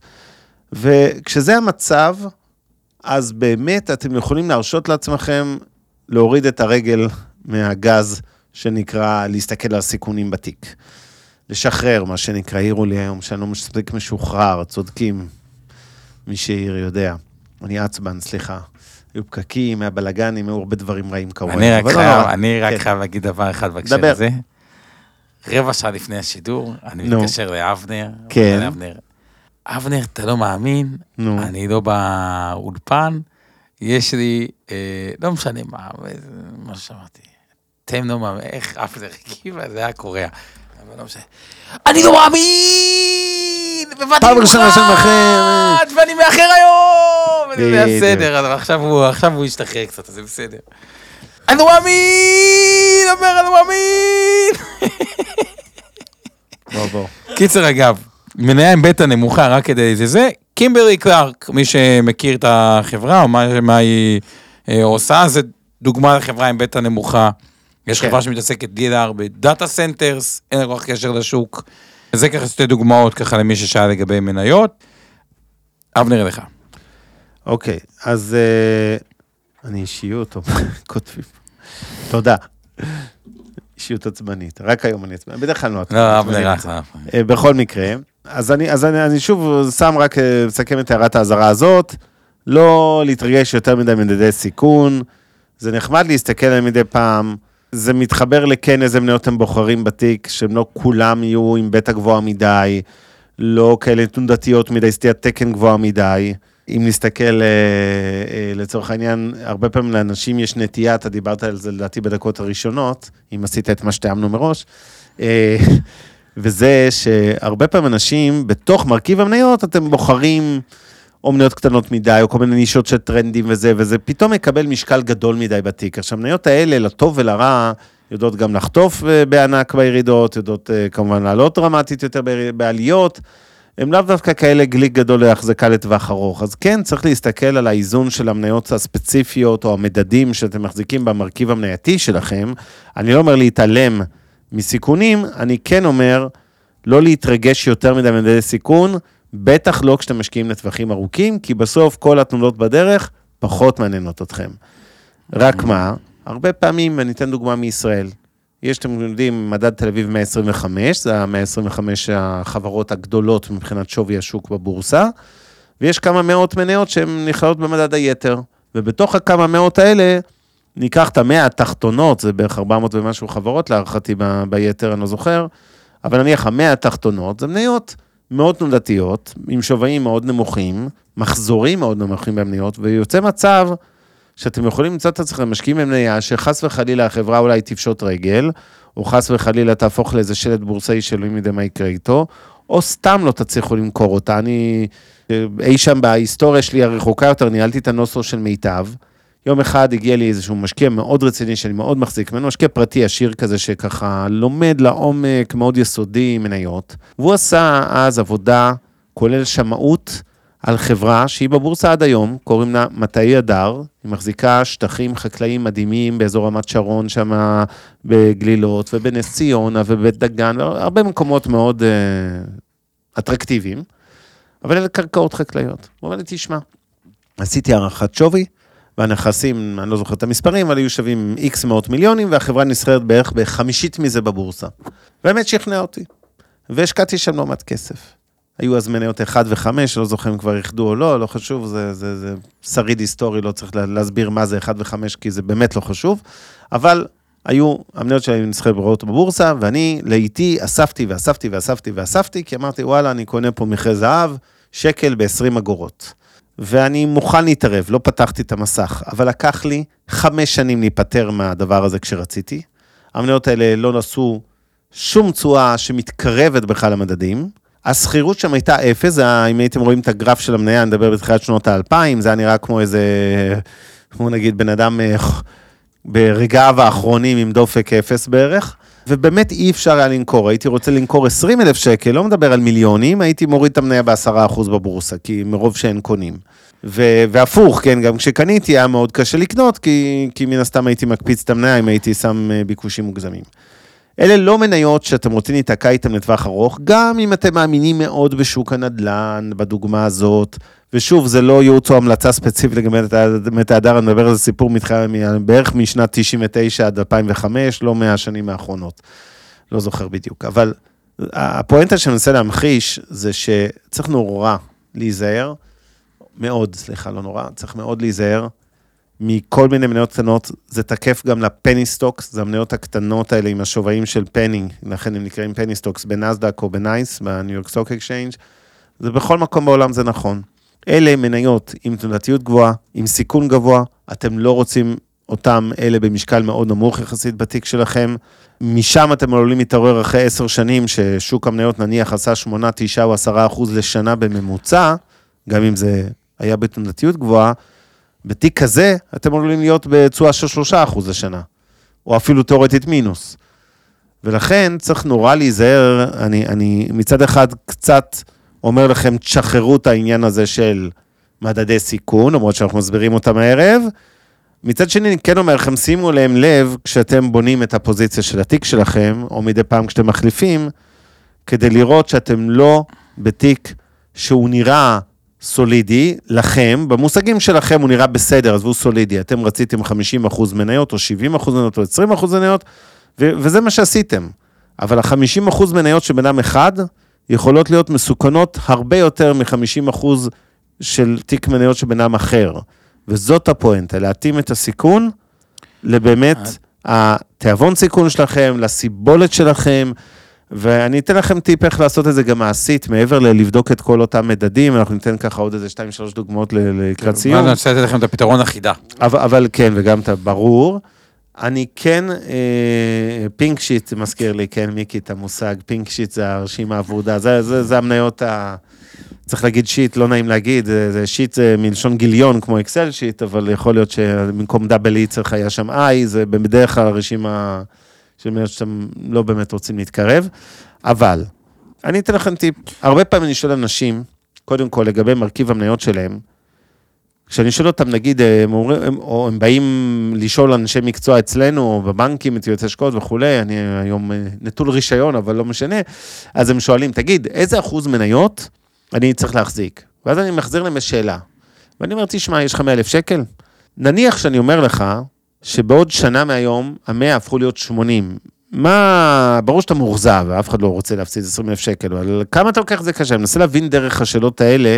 וכשזה המצב, אז באמת אתם יכולים להרשות לעצמכם, להוריד את הרגל מהגז, שנקרא להסתכל על סיכונים בתיק. לשחרר, מה שנקרא, העירו לי היום, שאני לא מספיק משוחרר, צודקים, מי שהעיר יודע. אני עצבן, סליחה. היו פקקים, היה בלגנים, היו הרבה דברים רעים קרו. אני רק חייב להגיד דבר אחד בהקשר הזה. רבע שעה לפני השידור, אני מתקשר לאבנר. כן. אבנר, אתה לא מאמין, נו. אני לא באולפן, יש לי, אה, לא משנה מה, מה ששמעתי, אתם לא מאמין, איך אבנר הגיב, זה היה קורע, אבל לא משנה. אני לא מאמין! פעם ראשונה שאני מאחר. ואני מאחר היום! זה בסדר, אבל עכשיו הוא ישתחרר קצת, אז זה בסדר. אני לא מאמין! אומר, אני לא מאמין! בוא, בוא. קיצר, אגב, מניה עם בטא נמוכה, רק כדי זה זה, קימברלי קלארק, מי שמכיר את החברה, או מה, מה היא אה, עושה, זה דוגמה לחברה עם בטא נמוכה. יש כן. חברה שמתעסקת דיאלר בדאטה סנטרס, אין לך קשר לשוק. זה ככה שתי דוגמאות, ככה למי ששאל לגבי מניות. אבנר אליך. אוקיי, אז אה, אני אישיות, כותבים. תודה. אישיות עצבנית, רק היום אני עצבנית, בדרך כלל לא. לא, אבנר אחלה. בכל מקרה, אז אני, אז אני, אני שוב שם רק מסכם את הערת ההזרה הזאת, לא להתרגש יותר מדי מדדי סיכון, זה נחמד להסתכל על מדי פעם, זה מתחבר לכן איזה מניות הם בוחרים בתיק, שהם לא כולם יהיו עם בטא גבוהה מדי, לא כאלה תנודתיות מדי, סטיית תקן גבוהה מדי, אם נסתכל לצורך העניין, הרבה פעמים לאנשים יש נטייה, אתה דיברת על זה לדעתי בדקות הראשונות, אם עשית את מה שתיאמנו מראש, וזה שהרבה פעמים אנשים, בתוך מרכיב המניות, אתם בוחרים או מניות קטנות מדי, או כל מיני נישות של טרנדים וזה, וזה פתאום מקבל משקל גדול מדי בתיק. עכשיו, המניות האלה, לטוב ולרע, יודעות גם לחטוף בענק בירידות, יודעות כמובן לעלות דרמטית יותר בעליות, הם לאו דווקא כאלה גליק גדול להחזקה לטווח ארוך. אז כן, צריך להסתכל על האיזון של המניות הספציפיות, או המדדים שאתם מחזיקים במרכיב המנייתי שלכם. אני לא אומר להתעלם מסיכונים, אני כן אומר לא להתרגש יותר מדי מדדי סיכון, בטח לא כשאתם משקיעים לטווחים ארוכים, כי בסוף כל התנודות בדרך פחות מעניינות אתכם. רק מה, הרבה פעמים, אני אתן דוגמה מישראל, יש, אתם יודעים, מדד תל אביב מאה עשרים וחמש, זה ה-מאה עשרים וחמש החברות הגדולות מבחינת שווי השוק בבורסה, ויש כמה מאות מניות שהן נכללות במדד היתר, ובתוך הכמה מאות האלה, ניקח את המאה התחתונות, זה בערך ארבע מאות ומשהו חברות, להערכתי ב- ביתר, אני לא זוכר, אבל נניח המאה התחתונות, זה מניות מאוד תנודתיות, עם שוויים מאוד נמוכים, מחזורים מאוד נמוכים במניות, ויוצא מצב שאתם יכולים למצוא את עצמכם משקיעים במניה, שחס וחלילה החברה אולי תפשוט רגל, או חס וחלילה תהפוך לאיזה שלט בורסאי שלא יודע מה יקרה איתו, או סתם לא תצליחו למכור אותה. אני אי שם בהיסטוריה שלי הרחוקה יותר, ניהלתי את הנוסו של מיטב, יום אחד הגיע לי איזשהו משקיע מאוד רציני, שאני מאוד מחזיק ממנו, משקיע פרטי עשיר כזה, שככה לומד לעומק מאוד יסודי מניות, והוא עשה אז עבודה, כולל שמאות, על חברה שהיא בבורסה עד היום, קוראים לה מטעי הדר, היא מחזיקה שטחים חקלאיים מדהימים, באזור רמת שרון, שם בגלילות, ובנס ציונה, ובית דגן, הרבה מקומות מאוד uh, אטרקטיביים, אבל אלה קרקעות חקלאיות. הוא אומר לי, תשמע, עשיתי הערכת שווי, והנכסים, אני לא זוכר את המספרים, אבל היו שווים איקס מאות מיליונים, והחברה נסחרת בערך בחמישית מזה בבורסה. באמת שכנע אותי, והשקעתי שם לא מעט כסף. היו אז מניות אחד וחמש, לא זוכר אם כבר יחדו או לא, לא חשוב, זה, זה, זה שריד היסטורי, לא צריך להסביר מה זה אחד וחמש, כי זה באמת לא חשוב, אבל היו המניות שהיו נסחרות ברורות בבורסה, ואני לעיתי אספתי ואספתי ואספתי ואספתי, כי אמרתי, וואלה, אני קונה פה מכרה זהב, שקל ב-עשרים אגורות. ואני מוכן להתערב, לא פתחתי את המסך, אבל לקח לי חמש שנים להיפטר מהדבר הזה כשרציתי. המניות האלה לא נשאו שום צועה שמתקרבת בכלל למדדים, הסחירות שם הייתה אפס, אם הייתם רואים את הגרף של המניה, נדבר בתחילת שנות האלפיים, זה היה נראה כמו איזה, כמו נגיד בן אדם ברגעיו האחרונים עם דופק אפס בערך, ובאמת אי אפשר היה לנקור, הייתי רוצה לנקור עשרים אלף שקל, לא מדבר על מיליונים, הייתי מוריד את המניה בעשרה אחוז בבורסה, כי מרוב שאין קונים. ו- והפוך, כן, גם כשקניתי היה מאוד קשה לקנות, כי, כי מן הסתם הייתי מקפיץ את המניה, אם הייתי שם ביקושים מוגזמים. אלה לא מניות שאתם רוצים להתעקע איתם לטווח ארוך, גם אם אתם מאמינים מאוד בשוק הנדל"ן, בדוגמה הזאת, ושוב, זה לא ייעוץ או המלצה ספציפית לגבי מתהדר, אני מדבר על זה סיפור מתחיל, בערך משנת תשעים ותשע עד אלפיים וחמש, לא מהשנים האחרונות, לא זוכר בדיוק, אבל הפואנטה שאני מנסה להמחיש, זה שצריך נורא להיזהר, מאוד, סליחה, לא נורא, צריך מאוד להיזהר, מכל מיני מניות קטנות, זה תקף גם לפני סטוקס, זה המניות הקטנות האלה עם השווים של פני, לכן הם נקראים פני סטוקס בנסדק או בנייס, בניו יורק סטוק אקשיינג', זה בכל מקום בעולם זה נכון. אלה מניות עם תנודתיות גבוהה, עם סיכון גבוה, אתם לא רוצים אותם, אלה במשקל מאוד נמוך יחסית בתיק שלכם, משם אתם עלולים להתעורר אחרי עשר שנים, ששוק המניות נניח עשה שמונה, תשע או עשרה אחוז לשנה בממוצע, גם אם זה היה בתנודתיות גבוהה, בתיק כזה אתם עלולים להיות בצורה של שלושה אחוז לשנה, או אפילו תיאורטית מינוס. ולכן צריך נורא להיזהר, אני, אני מצד אחד קצת אומר לכם, תשחררו את העניין הזה של מדדי סיכון, למרות שאנחנו מסבירים אותם הערב, מצד שני, אני כן אומר לכם, שימו להם לב, כשאתם בונים את הפוזיציה של התיק שלכם, או מדי פעם כשאתם מחליפים, כדי לראות שאתם לא בתיק שהוא נראה סולידי לכם, במושגים שלכם הוא נראה בסדר, אז הוא סולידי, אתם רציתם חמישים אחוז מניות, או שבעים אחוז מניות, או עשרים אחוז מניות, ו- וזה מה שעשיתם. אבל ה-חמישים אחוז מניות של בנם אחד, יכולות להיות מסוכנות הרבה יותר מ-חמישים אחוז של תיק מניות של בנם אחר. וזאת הפואנטה, להתאים את הסיכון, לבאמת התיאבון סיכון שלכם, לסיבולת שלכם, ואני אתן לכם טיפ איך לעשות את זה גם מעשית, מעבר ללבדוק את כל אותם מדדים, אנחנו ניתן ככה עוד איזה שתיים, שלוש דוגמאות לקראת סיום. אני רוצה לתת לכם את הפתרון החידה. אבל, אבל כן, וגם את הברור, אני כן, אה, פינק שיט מזכיר לי, כן, מיקי, את המושג, פינק שיט זה הרשימה העבודה, זה, זה, זה המניות ה... צריך להגיד שיט, לא נעים להגיד, זה, זה שיט זה מלשון גיליון, כמו אקסל שיט, אבל יכול להיות שבמקום דאבל אי צריך היה שם איי, זה בדרך כלל הרשימה של מניות שאתם לא באמת רוצים להתקרב, אבל, אני אתן לכם טיפ, הרבה פעמים אני שואל אנשים, קודם כל לגבי מרכיב המניות שלהם, כשאני שואל אותם, נגיד, הם, הם, או הם באים לשאול אנשי מקצוע אצלנו, או בבנקים, את יועצי השקעות וכולי, אני היום נטול רישיון, אבל לא משנה, אז הם שואלים, תגיד, איזה אחוז מניות אני צריך להחזיק? ואז אני מחזיר להם שאלה, ואני אומר, תשמע, יש לך מאה אלף שקל? נניח שאני אומר לך, שבעוד שנה מהיום, המאה הפכו להיות שמונים, מה, ברור שאתה מורזב, ואף אחד לא רוצה להפסיד עשרים אלף שקל, אבל כמה אתה לוקח זה קשה? אני מנסה להבין דרך השאלות האלה,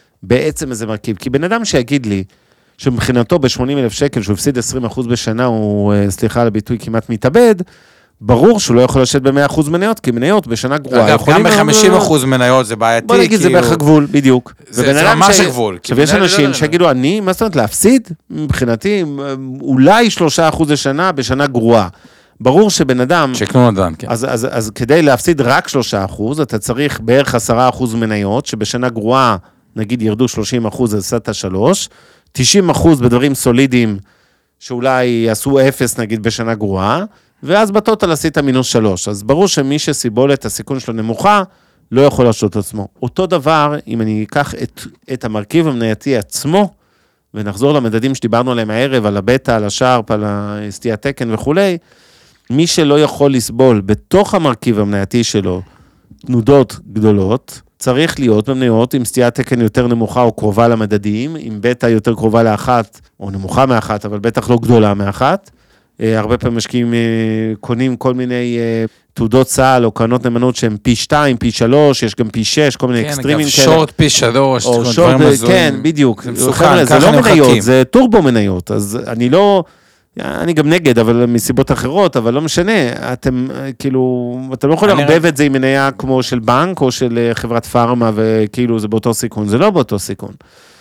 בעצם איזה מרכיב, כי בן אדם שיגיד לי, שמבחינתו ב-שמונים אלף שקל, שהוא הפסיד עשרים אחוז בשנה, הוא, סליחה על הביטוי, כמעט מתאבד, ברור שהוא לא יכול לשאת ב-מאה אחוז מניות, כי מניות בשנה גרועה. אגב, גם ב-חמישים אחוז מניות זה בעייתי. בוא נגיד, זה בערך הגבול, בדיוק. זה ממש הגבול. עכשיו, יש אנשים שיגידו, אני, מה זאת אומרת, להפסיד? מבחינתי, אולי שלושה אחוז לשנה, בשנה גרועה. ברור שבן אדם... שקנו נדל"ן, כן. אז, אז, אז כדי להפסיד רק שלושה אחוז, אתה צריך בערך עשרה אחוז מניות, שבשנה גרועה, נגיד, ירדו שלושים אחוז, אז עשת שלוש, תשעים אחוז בדברים סולידיים, שאולי יעשו אפס, נגיד, בשנה גרועה, ואז בטוטל עשית מינוס שלוש. אז ברור שמי שסיבולת הסיכון שלו נמוכה, לא יכול לשלוט עצמו. אותו דבר, אם אני אקח את, את המרכיב המנייתי עצמו, ונחזור למדדים שדיברנו עליהם הערב, על הבטא, על השארפ, על סטיית תקן וכו', מי שלא יכול לסבול בתוך המרכיב המנייתי שלו, תנודות גדולות, צריך להיות במניות עם סטיית תקן יותר נמוכה או קרובה למדדים, עם בטא יותר קרובה לאחת, או נמוכה מאחת, אבל בטח לא גדולה מאחת. הרבה פעמים משקיעים, קונים כל מיני תעודות צהל או קרנות נאמנות שהן פי שתיים, פי שלוש, יש גם פי שש, כל מיני אקסטרימים כאלה. כן, שורט פי שלוש, או שורט, כן, בדיוק. זה מסוכן, זה לא מניות, זה טורבו מניות, אז אני לא... אני גם נגד, אבל מסיבות אחרות, אבל לא משנה, אתם כאילו, אתם לא יכולים להרבב את זה עם מניה כמו של בנק, או של חברת פארמה, וכאילו זה באותו סיכון, זה לא באותו סיכון.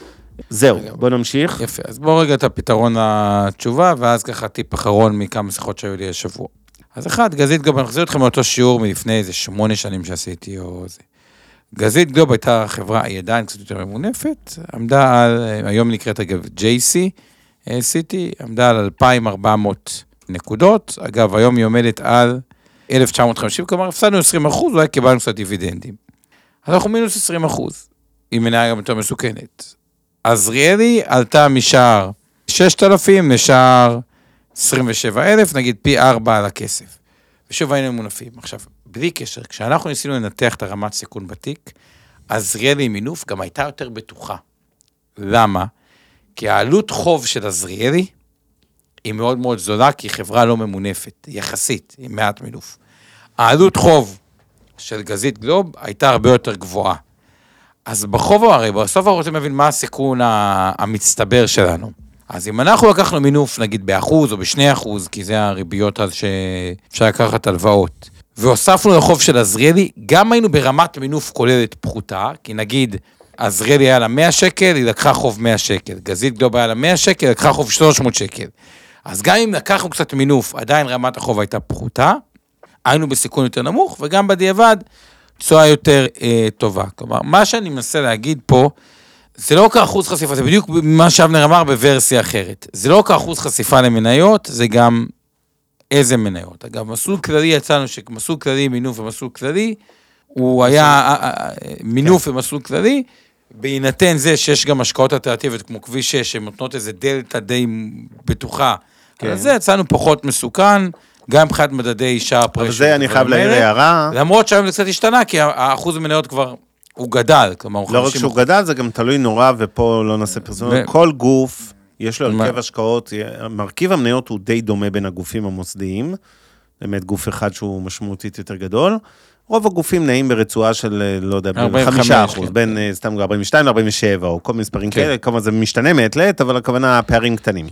זהו, בוא נמשיך. יפה, אז בואו רגע את הפתרון לתשובה, ואז ככה טיפ אחרון מכמה שיחות שהיו לי השבוע. אז אחד, גזית גלוב, אני חוזר אתכם מאותו שיעור מלפני איזה שמונה שנים שעשיתי, או זה. גזית גלוב הייתה חברה, היא עדיין קצת יותר ממונפת, עמדה על, היום נקראת אגב ג'יי סי, סיטי, עמדה על אלפיים וארבע מאות נקודות, אגב, היום היא עומדת על אלף תשע מאות וחמישים, כלומר, הפסדנו עשרים אחוז, אולי קיבלנו קצת דיבידנדים. אז אנחנו מינוס עשרים אחוז, היא מניה גם יותר מסוכנת. עזריאלי עלתה משער שישת אלפים לשער עשרים ושבעה אלף, נגיד פי ארבע על הכסף. ושוב היינו מונפים. עכשיו, בלי קשר, כשאנחנו ניסינו לנתח את הרמת סיכון בתיק, עזריאלי מינוף גם הייתה יותר בטוחה. למה? כי העלות חוב של עזריאלי היא מאוד מאוד זולה, כי היא חברה לא ממונפת, יחסית, עם מעט מינוף. העלות חוב של גזית גלוב הייתה הרבה יותר גבוהה. אז בחוב הרי, בסוף אנחנו רוצים להבין מה הסיכון המצטבר שלנו. אז אם אנחנו לקחנו מינוף, נגיד באחוז או בשני אחוז, כי זה הריביות אז שאפשר לקחת הלוואות, והוספנו לחוב של עזריאלי, גם היינו ברמת מינוף כוללת פחותה, כי נגיד, עזריאלי היה לה מאה שקל, היא לקחה חוב מאה שקל, גזית גלוב היה לה מאה שקל, לקחה חוב שלוש מאות שקל. אז גם אם לקחנו קצת מינוף, עדיין רמת החוב הייתה פחותה, היינו בסיכון יותר נמוך, וגם בדיעבד, תשואה יותר אה, טובה. כלומר, מה שאני מנסה להגיד פה, זה לא כאחוז חשיפה, זה בדיוק מה שאבנר אמר בוורסיה אחרת. זה לא כאחוז חשיפה למניות, זה גם איזה מניות. אגב, מסלול כללי יצאנו שמסלול כללי, מינוף ומסלול כללי, הוא היה מינוף ומסלול כללי, בהינתן זה שיש גם השקעות אלטרנטיביות כמו כביש שש, שנותנות איזה דלתא די בטוחה. על זה יצאנו פחות מסוכן, גם מבחינת מדדי שער פרשת. אבל זה אני חייב להעיר הערה. למרות שהיום זה קצת השתנה, כי האחוז המניות כבר הוא גדל. לא רק שהוא גדל, זה גם תלוי נורא, ופה לא נעשה פרסום. כל גוף, יש לו הרכב השקעות, מרכיב המניות הוא די דומה בין הגופים המוסדיים, באמת גוף אחד שהוא משמעותית יותר גדול, רוב הגופים נעים ברצועה של, לא יודע, חמישה אחוז, בין סתם ארבעים ושתיים ל-ארבעים ושבע, או כל מספרים כאלה, כמה זה משתנה מעת לעת, אבל הכוונה פערים קטנים.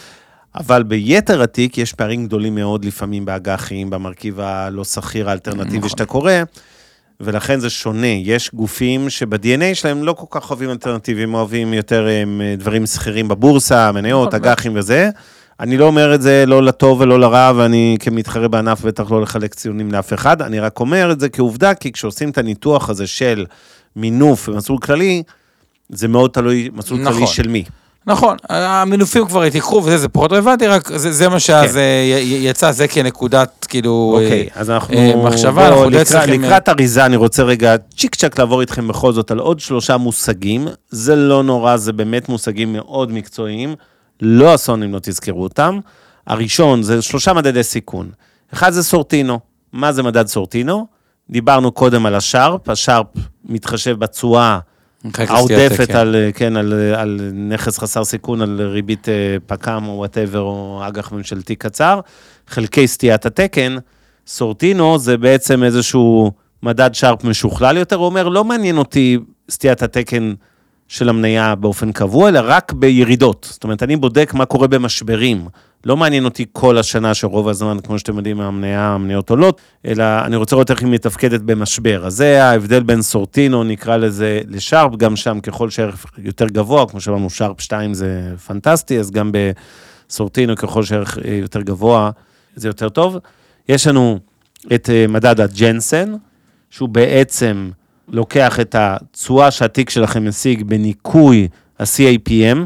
אבל ביתר התיק יש פערים גדולים מאוד לפעמים באג"חים, במרכיב הלא שכיר האלטרנטיבי שאתה קורא, ולכן זה שונה. יש גופים שב-די אן איי שלהם לא כל כך אוהבים אלטרנטיביים, אוהבים יותר דברים שכירים בבורסה, מניות, אג"חים וזה. אני לא אומר את זה לא לטוב ולא לרע, ואני כמתחרה בענף בטח לא לחלק ציונים לאף אחד, אני רק אומר את זה כעובדה, כי כשעושים את הניתוח הזה של מינוף ומסלול כללי, זה מאוד תלוי מסלול נכון. כללי של מי. נכון, המינופים כבר התיקחו, וזה זה פחות רלוונטי, רק זה, זה מה שאז כן. יצא, זה כנקודת, כאילו, אוקיי, אז אנחנו, מחשבה, בוא, אנחנו לקראת, צריכים... לקראת אריזה, אני רוצה רגע צ'יק צ'ק לעבור איתכם בכל זאת על עוד שלושה מושגים, זה לא נורא, זה באמת מושגים מאוד מקצועיים, לא אסון אם לא תזכרו אותם. הראשון, זה שלושה מדדי סיכון. אחד זה סורטינו. מה זה מדד סורטינו? דיברנו קודם על השארפ, השארפ מתחשב בתשואה העודפת על, כן, על, על נכס חסר סיכון, על ריבית פקם או whatever, או אג"ח ממשלתי קצר. חלקי סטיית התקן, סורטינו זה בעצם איזשהו מדד שרפ משוכלל יותר, הוא אומר, לא מעניין אותי סטיית התקן של המניה באופן קבוע, אלא רק בירידות. זאת אומרת, אני בודק מה קורה במשברים. לא מעניין אותי כל השנה שרוב הזמן, כמו שאתם יודעים, המניה, המניות עולות, אלא אני רוצה לראות איך היא מתפקדת במשבר. אז זה ההבדל בין סורטינו, נקרא לזה לשארפ, גם שם ככל שערך יותר גבוה, כמו שאמרנו, שרפ שתיים זה פנטסטי, אז גם בסורטינו ככל שערך יותר גבוה, זה יותר טוב. יש לנו את מדד הג'נסן, שהוא בעצם לוקח את התשואה שהתיק שלכם משיג בניקוי ה-סי איי פי אם,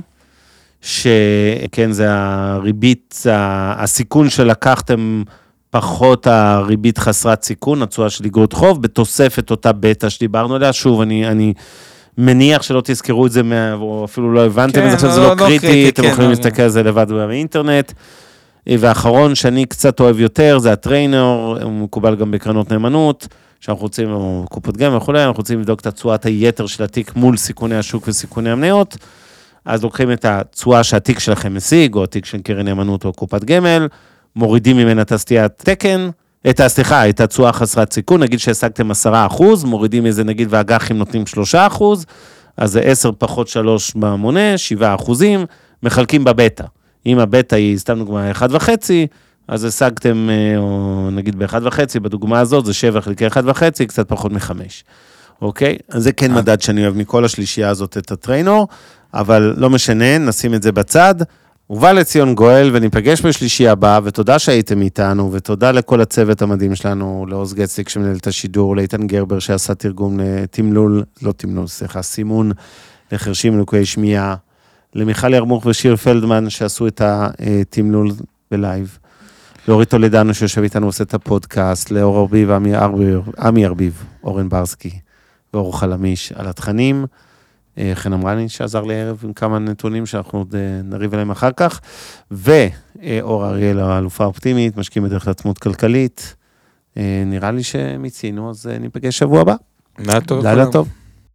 שכן, זה הריבית, הסיכון שלקחתם פחות הריבית חסרת סיכון, התשואה של אגרות חוב, בתוספת אותה בטא שדיברנו עליה. שוב, אני, אני מניח שלא תזכרו את זה, או אפילו לא הבנתם, כן, עכשיו זה לא, לא קריטי, קריטי, אתם כן, יכולים כן. להסתכל על זה לבד באינטרנט. והאחרון שאני קצת אוהב יותר, זה הטריינר, הוא מקובל גם בקרנות נאמנות, שאנחנו רוצים, או קופות גמל וכו', אנחנו רוצים לבדוק את התשואת היתר של התיק מול סיכוני השוק וסיכוני המניות, אז לוקחים את התשואה שהתיק שלכם משיג, או התיק של קרן נאמנות או קופת גמל, מורידים ממנה את הסטיית תקן, את הסליחה, את התשואה חסרת סיכון, נגיד שהשגתם עשרה אחוז, מורידים איזה נגיד והאג"חים נותנים שלושה אחוז, אז זה עשר פחות שלוש במונה, שבעה אחוזים, מחלקים בבטא. אם הבטא היא, סתם דוגמה, אחד וחצי, אז השגתם, או נגיד באחד וחצי, בדוגמה הזאת, זה שבע חלקי אחד וחצי, קצת פחות מחמש. אוקיי? אז זה כן מדד שאני אוהב מכל השלישייה הזאת את הטריינור, אבל לא משנה, נשים את זה בצד. ובא לציון גואל, וניפגש בשלישי הבא, ותודה שהייתם איתנו, ותודה לכל הצוות המדהים שלנו, לעוז גצליק שמנהל את השידור, לאיתן גרבר שעשה תרגום לתמלול, לא תמלול, סליחה, סימון לחרשים ולקויי שמיעה, למיכל ירמוך ושיר פלדמן שעשו את התמלול בלייב, לאורית תולדנו שיושב איתנו ועושה את הפודקאסט, לאור ארביב, עמי ארביב, אורן ברסקי ואור חלמיש על התכנים, חן אמרני שעזר לי הערב עם כמה נתונים שאנחנו עוד נריב עליהם אחר כך, ואור אריאל האלופה אופטימית, משקיעים בדרך לעצמות כלכלית, נראה לי שמצינו, אז ניפגש שבוע הבא. לילה טוב. לילה טוב.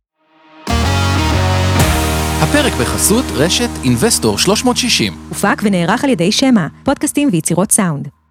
הפרק בחסות רשת אינבסטור שלוש מאות שישים. הופק ונערך על ידי שמה, פודקאסטים ויצירות סאונד.